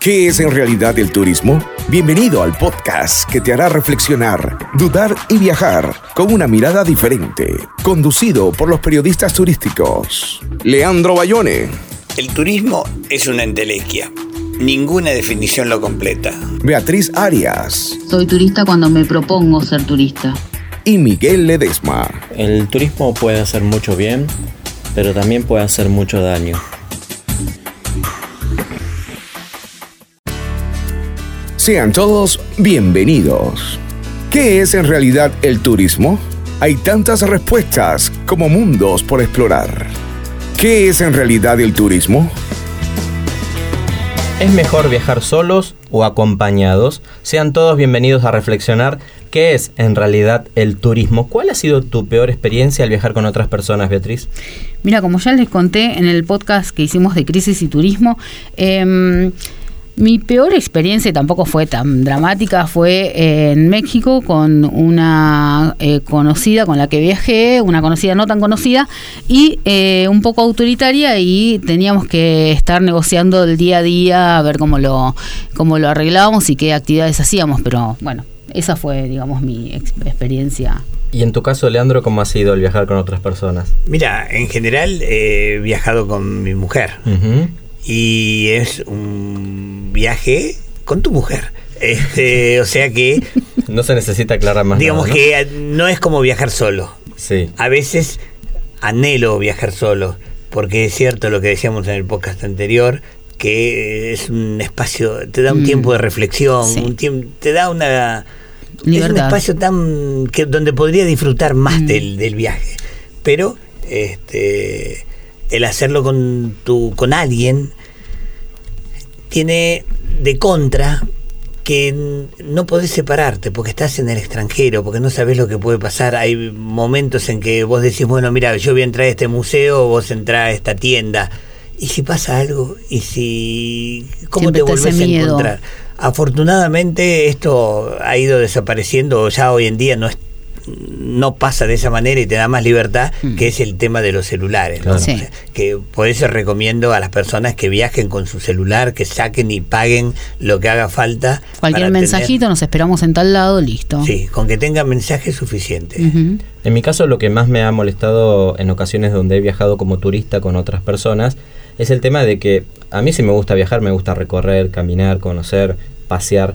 ¿Qué es en realidad el turismo? Bienvenido al podcast que te hará reflexionar, dudar y viajar con una mirada diferente. Conducido por los periodistas turísticos Leandro Bayone. El turismo es una entelequia. Ninguna definición lo completa. Beatriz Arias. Soy turista cuando me propongo ser turista. Y Miguel Ledesma. El turismo puede hacer mucho bien, pero también puede hacer mucho daño. Sean todos bienvenidos. ¿Qué es en realidad el turismo? Hay tantas respuestas como mundos por explorar. ¿Qué es en realidad el turismo? ¿Es mejor viajar solos o acompañados? Sean todos bienvenidos a reflexionar qué es en realidad el turismo. ¿Cuál ha sido tu peor experiencia al viajar con otras personas, Beatriz? Mira, como ya les conté en el podcast que hicimos de crisis y turismo, mi peor experiencia, tampoco fue tan dramática, fue en México con una conocida con la que viajé, una conocida no tan conocida y un poco autoritaria, y teníamos que estar negociando el día a día a ver cómo lo arreglábamos y qué actividades hacíamos, pero bueno, esa fue, digamos, mi experiencia. Y en tu caso, Leandro, ¿cómo ha sido el viajar con otras personas? Mira, en general he viajado con mi mujer. Uh-huh. Y es un viaje con tu mujer. O sea que... No se necesita aclarar más digamos nada, ¿no? Que no es como viajar solo. Sí. A veces anhelo viajar solo, porque es cierto lo que decíamos en el podcast anterior, que es un espacio, te da un tiempo de reflexión, sí. Te da una... libertad. Es un espacio donde podría disfrutar más del viaje. Pero el hacerlo con alguien tiene de contra que no podés separarte porque estás en el extranjero, porque no sabés lo que puede pasar. Hay momentos en que vos decís, bueno, mira, yo voy a entrar a este museo, vos entrás a esta tienda, y si pasa algo, y si ¿cómo siempre te volvés a encontrar? Afortunadamente esto ha ido desapareciendo, ya hoy en día no pasa de esa manera y te da más libertad, que es el tema de los celulares, ¿no? Sí. O sea, que por eso recomiendo a las personas que viajen con su celular, que saquen y paguen lo que haga falta. Cualquier mensajito, nos esperamos en tal lado, listo. Sí, con que tengan mensaje es suficiente. Uh-huh. En mi caso, lo que más me ha molestado en ocasiones donde he viajado como turista con otras personas es el tema de que a mí sí me gusta viajar, me gusta recorrer, caminar, conocer, pasear.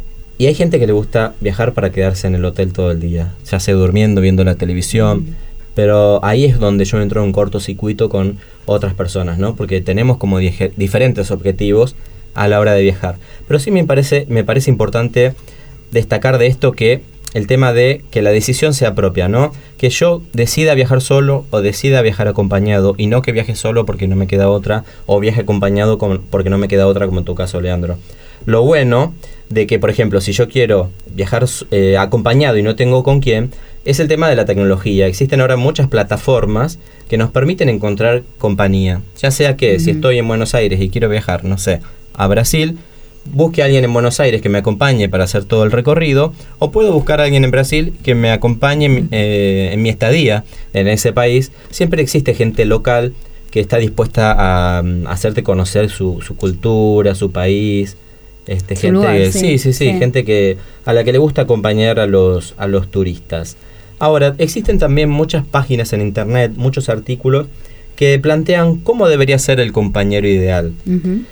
Y hay gente que le gusta viajar para quedarse en el hotel todo el día, ya sea durmiendo, viendo la televisión, pero ahí es donde yo entro en un cortocircuito con otras personas, ¿no? Porque tenemos como diferentes objetivos a la hora de viajar. Pero sí me parece importante destacar de esto que el tema de que la decisión sea propia, ¿no? Que yo decida viajar solo o decida viajar acompañado, y no que viaje solo porque no me queda otra, o viaje acompañado porque no me queda otra, como en tu caso, Leandro. Lo bueno de que, por ejemplo, si yo quiero viajar acompañado y no tengo con quién, es el tema de la tecnología. Existen ahora muchas plataformas que nos permiten encontrar compañía. Ya sea que si estoy en Buenos Aires y quiero viajar, no sé, a Brasil, busque a alguien en Buenos Aires que me acompañe para hacer todo el recorrido, o puedo buscar a alguien en Brasil que me acompañe en mi estadía en ese país. Siempre existe gente local que está dispuesta a hacerte conocer su cultura, su país. Gente, lugar, sí, gente a la que le gusta acompañar a los turistas. Ahora, existen también muchas páginas en internet, muchos artículos que plantean cómo debería ser el compañero ideal. Uh-huh.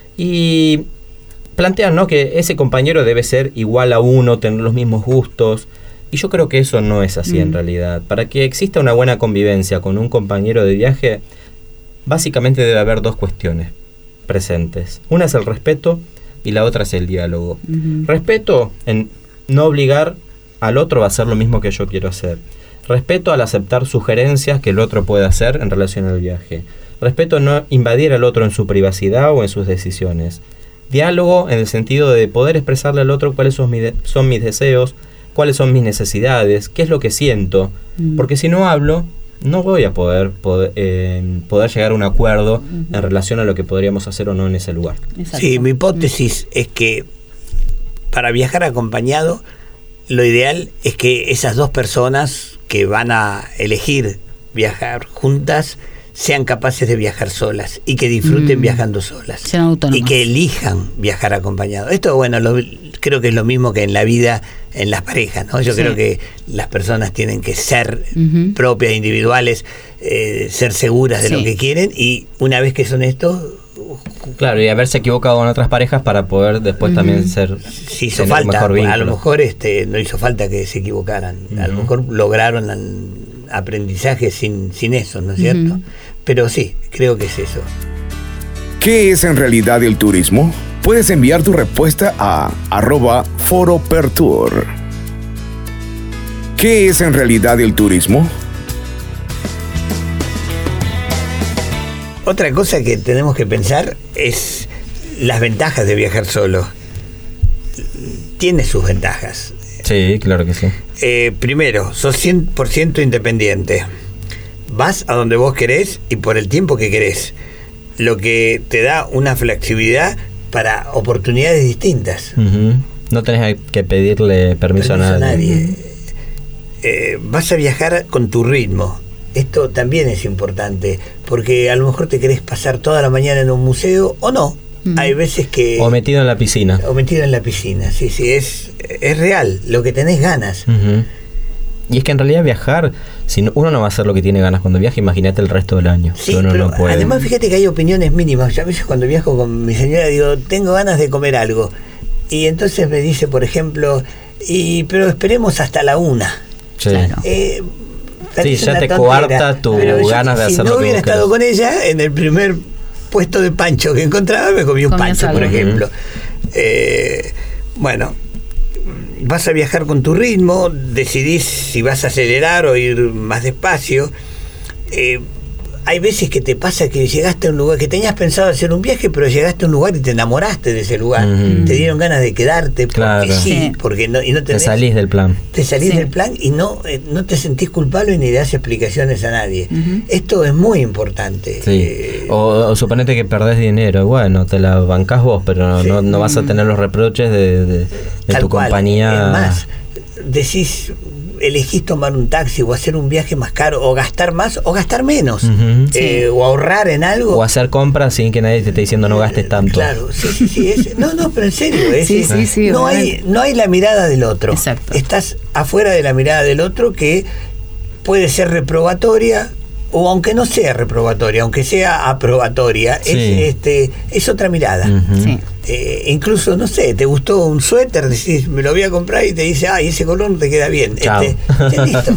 Y plantean, ¿no?, que ese compañero debe ser igual a uno, tener los mismos gustos. Y yo creo que eso no es así en realidad. Para que exista una buena convivencia con un compañero de viaje, básicamente debe haber dos cuestiones presentes. Una es el respeto y la otra es el diálogo. Uh-huh. Respeto en no obligar al otro a hacer lo mismo que yo quiero hacer. Respeto al aceptar sugerencias que el otro puede hacer en relación al viaje. Respeto a no invadir al otro en su privacidad o en sus decisiones. Diálogo en el sentido de poder expresarle al otro cuáles son mis deseos, cuáles son mis necesidades, qué es lo que siento. Porque si no hablo, no voy a poder llegar a un acuerdo en relación a lo que podríamos hacer o no en ese lugar. Exacto. Sí, mi hipótesis es que para viajar acompañado, lo ideal es que esas dos personas que van a elegir viajar juntas sean capaces de viajar solas y que disfruten viajando solas. Sean autónomas. Y que elijan viajar acompañados. Esto, bueno, creo que es lo mismo que en la vida, en las parejas, ¿no? Yo creo que las personas tienen que ser propias, individuales, ser seguras de lo que quieren, y una vez que son estos... Claro, y haberse equivocado en otras parejas para poder después también ser... Si hizo falta, a lo mejor no hizo falta que se equivocaran. A lo mejor lograron aprendizaje sin eso, ¿no es cierto? Pero sí, creo que es eso. ¿Qué es en realidad el turismo? Puedes enviar tu respuesta a @foropertour. ¿Qué es en realidad el turismo? Otra cosa que tenemos que pensar es las ventajas de viajar solo. Tiene sus ventajas. Sí, claro que sí. Primero, sos 100% independiente. Vas a donde vos querés y por el tiempo que querés, lo que te da una flexibilidad para oportunidades distintas. No tenés que pedirle permiso a nadie. Vas a viajar con tu ritmo. Esto también es importante, porque a lo mejor te querés pasar toda la mañana en un museo o no. Hay veces que... O metido en la piscina. Sí, es real, lo que tenés ganas. Y es que en realidad viajar, si uno no va a hacer lo que tiene ganas cuando viaja, imagínate el resto del año. Sí, pero no además fíjate que hay opiniones mínimas. Yo a veces cuando viajo con mi señora digo, tengo ganas de comer algo. Y entonces me dice, por ejemplo, pero esperemos hasta la 1. Sí. Claro. Sí, ya te coarta tu ganas de hacer lo que Si no hubiera estado con ella, en el primer puesto de pancho que encontraba, me comí un pancho, por ejemplo. Bueno, vas a viajar con tu ritmo, decidís si vas a acelerar o ir más despacio. Hay veces que te pasa que llegaste a un lugar, que tenías pensado hacer un viaje, pero llegaste a un lugar y te enamoraste de ese lugar. Te dieron ganas de quedarte, porque porque no tenés, te salís del plan. Te salís del plan y no te sentís culpable ni le das explicaciones a nadie. Esto es muy importante. Sí. O suponete que perdés dinero, bueno, te la bancás vos, pero no vas a tener los reproches de tu compañía. Es más, decís, elegís tomar un taxi o hacer un viaje más caro, o gastar más o gastar menos, o ahorrar en algo, o hacer compras sin que nadie te esté diciendo no gastes tanto. Claro, sí, no, pero en serio, no hay la mirada del otro. Exacto. Estás afuera de la mirada del otro, que puede ser reprobatoria, o aunque no sea reprobatoria, aunque sea aprobatoria, es otra mirada. Incluso, no sé, te gustó un suéter, decís, me lo voy a comprar, y te dice, ese color no te queda bien. Listo.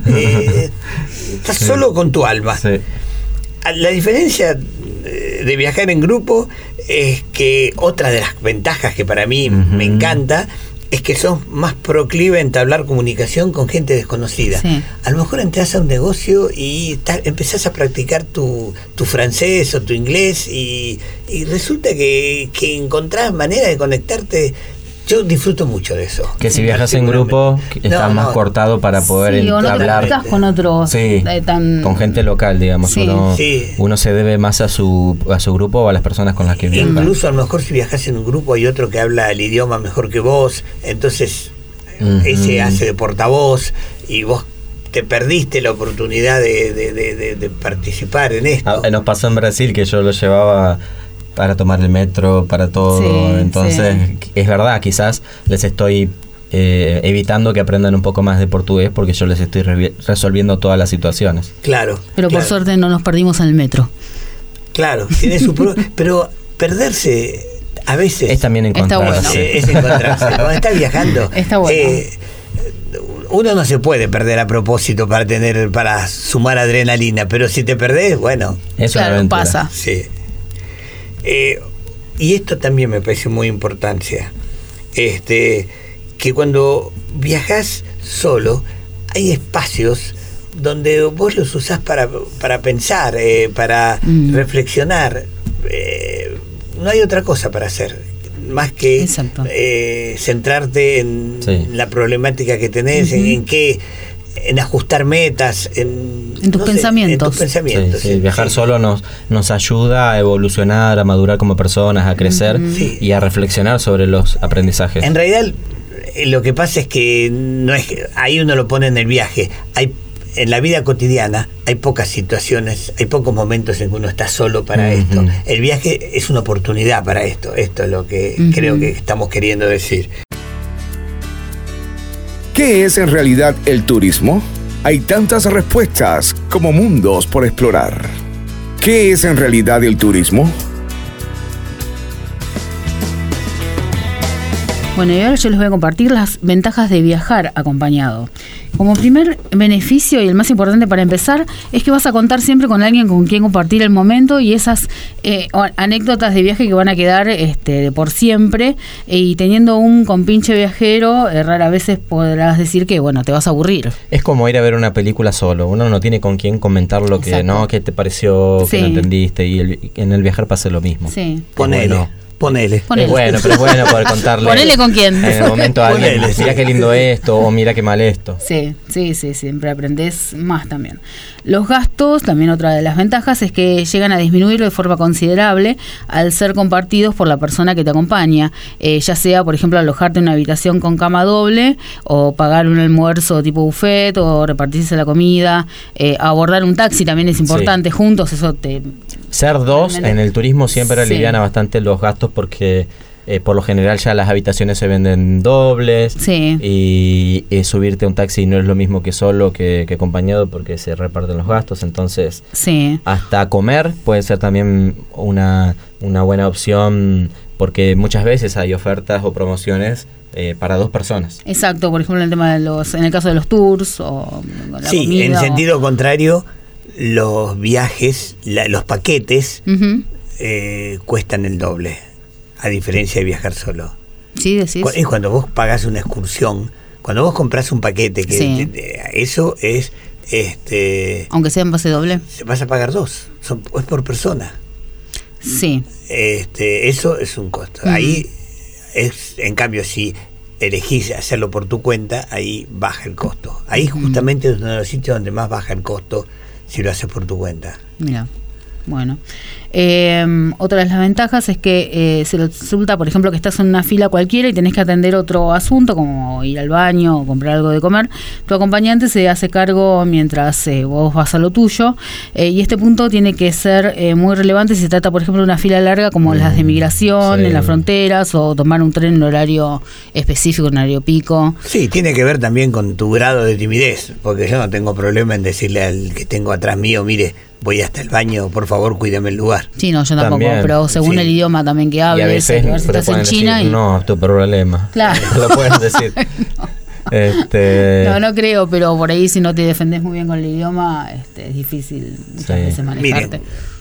Estás solo con tu alma. La diferencia de viajar en grupo es que otra de las ventajas que para mí me encanta es que sos más proclive a entablar comunicación con gente desconocida. A lo mejor entras a un negocio y empezás a practicar tu francés o tu inglés, y resulta que encontrás manera de conectarte. Yo disfruto mucho de eso. Que si viajas en grupo, estás más cortado para poder hablar con otros, con gente local, digamos. Uno se debe más a su grupo o a las personas con las que viaja. Incluso a lo mejor si viajas en un grupo hay otro que habla el idioma mejor que vos, entonces ese hace de portavoz, y vos te perdiste la oportunidad de participar en esto. Nos pasó en Brasil que yo lo llevaba para tomar el metro, para todo. Entonces, es verdad, quizás les estoy evitando que aprendan un poco más de portugués, porque yo les estoy resolviendo todas las situaciones. Claro. Pero por suerte no nos perdimos en el metro. Claro, tiene su pero perderse a veces es también encontrarse. Está bueno. Es encontrarse. Cuando estás viajando, está bueno. Uno no se puede perder a propósito para sumar adrenalina, pero si te perdés, bueno, es una aventura. Pasa. Sí. Y esto también me parece muy importante, que cuando viajás solo hay espacios donde vos los usás para pensar, para reflexionar. No hay otra cosa para hacer más que centrarte en la problemática que tenés, en ajustar metas, en tus pensamientos. Viajar solo nos ayuda a evolucionar, a madurar como personas, a crecer y a reflexionar sobre los aprendizajes. En realidad lo que pasa es que no es ahí uno lo pone en el viaje. Hay en la vida cotidiana hay pocas situaciones, hay pocos momentos en que uno está solo para esto. El viaje es una oportunidad para esto. Esto es lo que creo que estamos queriendo decir. ¿Qué es en realidad el turismo? Hay tantas respuestas como mundos por explorar. ¿Qué es en realidad el turismo? Bueno, y ahora yo les voy a compartir las ventajas de viajar acompañado. Como primer beneficio y el más importante para empezar es que vas a contar siempre con alguien con quien compartir el momento y esas anécdotas de viaje que van a quedar de por siempre, y teniendo un compinche viajero rara veces podrás decir que bueno, te vas a aburrir. Es como ir a ver una película solo, uno no tiene con quién comentar lo que no, qué te pareció, qué no entendiste, y en el viajar pasa lo mismo. Sí. Ponele. Es bueno, pero es bueno poder contarle. Ponele con quién. En el momento a alguien, mira qué lindo esto, o mira qué mal esto. Sí, siempre aprendés más también. Los gastos, también otra de las ventajas, es que llegan a disminuir de forma considerable al ser compartidos por la persona que te acompaña. Ya sea, por ejemplo, alojarte en una habitación con cama doble, o pagar un almuerzo tipo buffet, o repartirse la comida. Abordar un taxi también es importante, juntos, eso te... Ser dos en el turismo siempre aliviana bastante los gastos, porque por lo general ya las habitaciones se venden dobles, y subirte a un taxi no es lo mismo que solo que acompañado, porque se reparten los gastos. Entonces hasta comer puede ser también una buena opción, porque muchas veces hay ofertas o promociones para dos personas. Exacto, por ejemplo en el tema de en el caso de los tours o la comida, en sentido contrario, los viajes, los paquetes cuestan el doble, a diferencia de viajar solo. Sí, decís. Es cuando vos pagás una excursión, cuando vos compras un paquete, eso es... aunque sea en base doble, vas a pagar dos, es por persona. Sí. Eso es un costo. Ahí es, en cambio, si elegís hacerlo por tu cuenta, ahí baja el costo. Ahí justamente es uno de los sitios donde más baja el costo si lo haces por tu cuenta. Mira, bueno. Otra de las ventajas es que se resulta, por ejemplo, que estás en una fila cualquiera y tenés que atender otro asunto, como ir al baño o comprar algo de comer. Tu acompañante se hace cargo mientras vos vas a lo tuyo, y este punto tiene que ser muy relevante si se trata, por ejemplo, de una fila larga como las de migración, en las fronteras, o tomar un tren en horario específico, en horario pico. Sí, tiene que ver también con tu grado de timidez, porque yo no tengo problema en decirle al que tengo atrás mío, mire, voy hasta el baño, por favor, cuídame el lugar. Sí, no, yo tampoco, también, pero según el idioma también que hables, y a veces si estás en China decir, no, es tu problema. Claro. Lo pueden decir. No creo, pero por ahí si no te defendés muy bien con el idioma, es difícil muchas veces manejarte.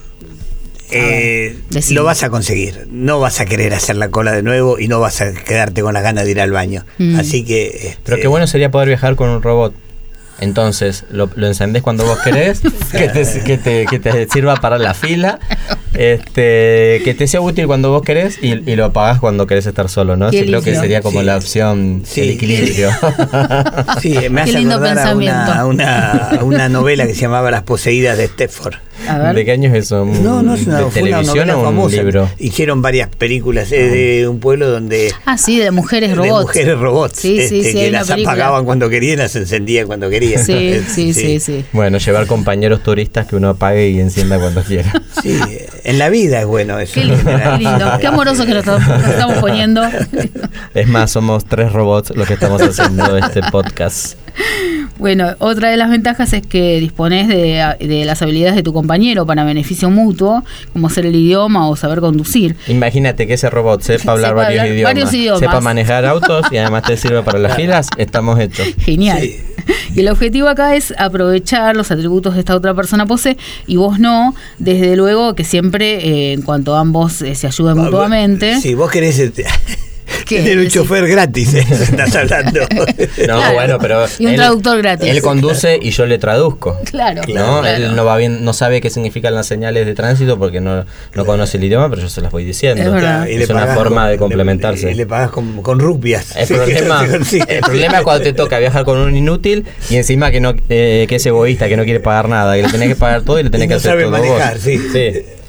Lo vas a conseguir, no vas a querer hacer la cola de nuevo y no vas a quedarte con las ganas de ir al baño. Así que... Pero qué bueno sería poder viajar con un robot. Entonces lo encendés cuando vos querés, que te sirva para la fila, que te sea útil cuando vos querés, y lo apagás cuando querés estar solo, ¿no? Sí, creo que sería como la opción, el equilibrio. Sí, me hace acordar a una novela que se llamaba Las Poseídas de Stepford. ¿De qué año es eso? No es ¿De televisión o un famosa. libro? Hicieron varias películas de un pueblo donde... sí, de mujeres robots. De mujeres robots. Sí, que las apagaban cuando querían, las encendían cuando querían. Sí. Bueno, llevar compañeros turistas que uno apague y encienda cuando quiera. Sí, en la vida es bueno eso. Qué lindo. Qué amoroso que nos estamos poniendo. Es más, somos 3 robots los que estamos haciendo este podcast. Bueno, otra de las ventajas es que disponés de las habilidades de tu compañero para beneficio mutuo, como ser el idioma o saber conducir. Imagínate que ese robot sepa hablar varios idiomas, sepa manejar autos y además te sirve para las filas, estamos hechos. Genial. Sí. Y el objetivo acá es aprovechar los atributos de esta otra persona posee y vos no, desde luego que siempre en cuanto ambos se ayuden mutuamente. Si vos querés... Tener un chofer gratis, estás hablando. No, claro. Bueno, pero y un traductor gratis. Él conduce y yo le traduzco. Claro. Él no va bien, no sabe qué significan las señales de tránsito porque no conoce el idioma, pero yo se las voy diciendo. Es una forma de complementarse. Y le pagas con rupias. El problema es cuando te toca viajar con un inútil y encima que es egoísta, que no quiere pagar nada, que le tenés que pagar todo y le tenés que hacer todo manejar, vos. Sí.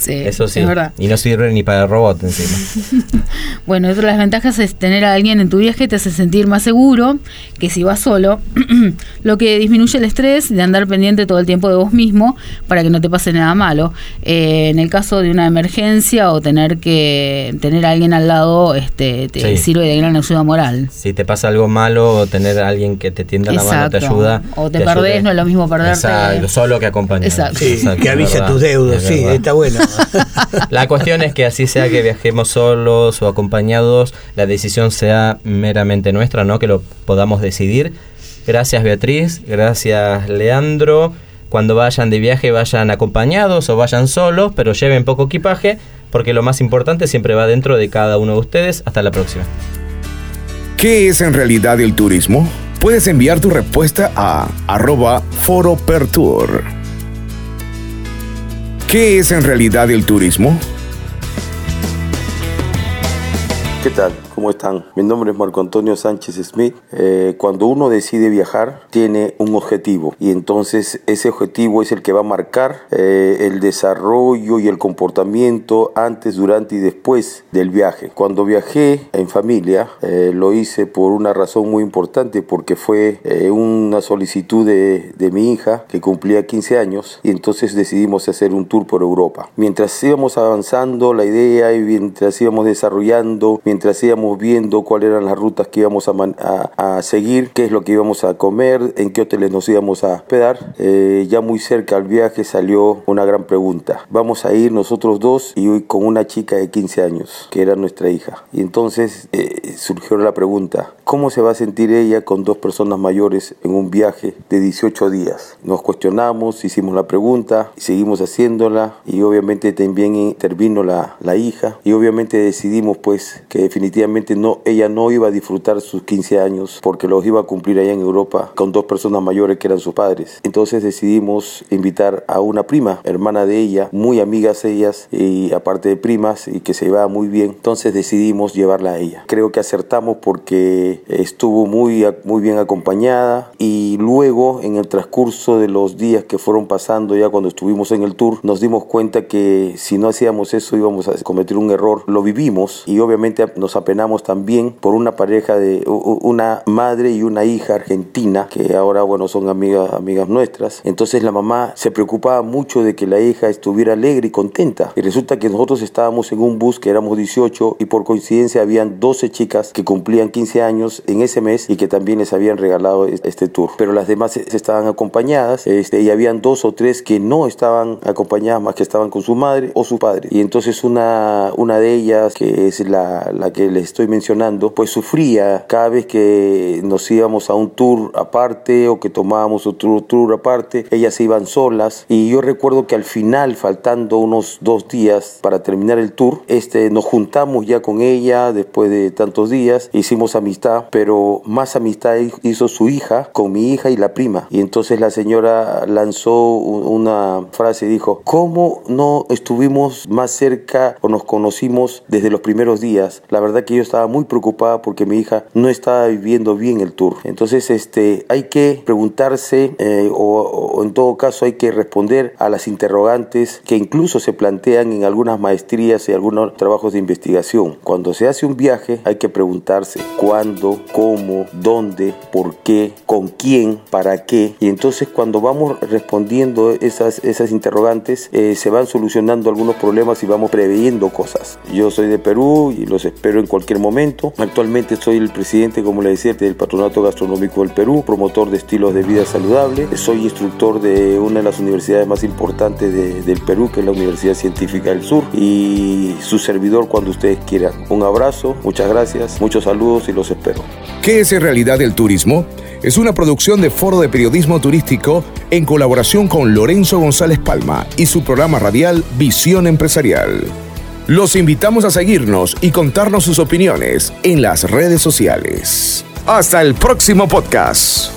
Sí, eso sí. es verdad. Y no sirve ni para el robot encima. Bueno, otra de las ventajas es tener a alguien en tu viaje, te hace sentir más seguro que si vas solo, lo que disminuye el estrés de andar pendiente todo el tiempo de vos mismo para que no te pase nada malo. En el caso de una emergencia o tener a alguien al lado te sirve de gran ayuda moral. Si te pasa algo malo, tener a alguien que te tienda la mano te ayuda. O te perdés, no es lo mismo perderte. Exacto, solo que acompañar. Exacto. Sí, exacto, que avise a tus deudos, sí, está bueno. La cuestión es que así sea que viajemos solos o acompañados, la decisión sea meramente nuestra, ¿no? Que lo podamos decidir. Gracias, Beatriz, gracias, Leandro. Cuando vayan de viaje, vayan acompañados o vayan solos, pero lleven poco equipaje, porque lo más importante siempre va dentro de cada uno de ustedes. Hasta la próxima. ¿Qué es en realidad el turismo? Puedes enviar tu respuesta a @foropertour. ¿Qué es en realidad el turismo? ¿Qué tal? ¿Cómo están? Mi nombre es Marco Antonio Sánchez Smith. Cuando uno decide viajar, tiene un objetivo y entonces ese objetivo es el que va a marcar el desarrollo y el comportamiento antes, durante y después del viaje. Cuando viajé en familia, lo hice por una razón muy importante, porque fue una solicitud de mi hija que cumplía 15 años y entonces decidimos hacer un tour por Europa. Mientras íbamos avanzando la idea y mientras íbamos desarrollando, mientras íbamos viendo cuáles eran las rutas que íbamos a seguir, qué es lo que íbamos a comer, en qué hoteles nos íbamos a hospedar, ya muy cerca al viaje salió una gran pregunta. Vamos a ir nosotros dos y con una chica de 15 años, que era nuestra hija. Y entonces surgió la pregunta, ¿cómo se va a sentir ella con dos personas mayores en un viaje de 18 días? Nos cuestionamos, hicimos la pregunta, seguimos haciéndola y obviamente también intervino la hija y obviamente decidimos pues que definitivamente ella no iba a disfrutar sus 15 años porque los iba a cumplir allá en Europa con dos personas mayores que eran sus padres. Entonces decidimos invitar a una prima, hermana de ella, muy amigas ellas y aparte de primas y que se llevaba muy bien. Entonces decidimos llevarla a ella. Creo que acertamos porque estuvo muy bien acompañada y luego en el transcurso de los días que fueron pasando ya cuando estuvimos en el tour nos dimos cuenta que si no hacíamos eso íbamos a cometer un error. Lo vivimos y obviamente nos apenamos también por una pareja de una madre y una hija argentina que ahora son amigas nuestras. Entonces la mamá se preocupaba mucho de que la hija estuviera alegre y contenta y resulta que nosotros estábamos en un bus que éramos 18 y por coincidencia habían 12 chicas que cumplían 15 años en ese mes y que también les habían regalado este tour, pero las demás estaban acompañadas y habían 2 o 3 que no estaban acompañadas, más que estaban con su madre o su padre. Y entonces una de ellas, que es la que les estoy mencionando, pues sufría cada vez que nos íbamos a un tour aparte o que tomábamos otro tour aparte. Ellas se iban solas y yo recuerdo que al final, faltando unos 2 días para terminar el tour, nos juntamos ya con ella después de tantos días, hicimos amistad, pero más amistad hizo su hija con mi hija y la prima. Y entonces la señora lanzó una frase, dijo, ¿cómo no estuvimos más cerca o nos conocimos desde los primeros días? La verdad que yo estaba muy preocupada porque mi hija no estaba viviendo bien el tour. Entonces hay que preguntarse o en todo caso hay que responder a las interrogantes que incluso se plantean en algunas maestrías y algunos trabajos de investigación. Cuando se hace un viaje hay que preguntarse cuándo, cómo, dónde, por qué, con quién, para qué. Y entonces cuando vamos respondiendo esas interrogantes se van solucionando algunos problemas y vamos preveyendo cosas. Yo soy de Perú y los espero en cualquier momento. Actualmente soy el presidente, como le decía, del Patronato Gastronómico del Perú, promotor de estilos de vida saludable. Soy instructor de una de las universidades más importantes del Perú, que es la Universidad Científica del Sur, y su servidor cuando ustedes quieran. Un abrazo, muchas gracias, muchos saludos y los espero. ¿Qué es en realidad el turismo? Es una producción de Foro de Periodismo Turístico en colaboración con Lorenzo González Palma y su programa radial Visión Empresarial. Los invitamos a seguirnos y contarnos sus opiniones en las redes sociales. Hasta el próximo podcast.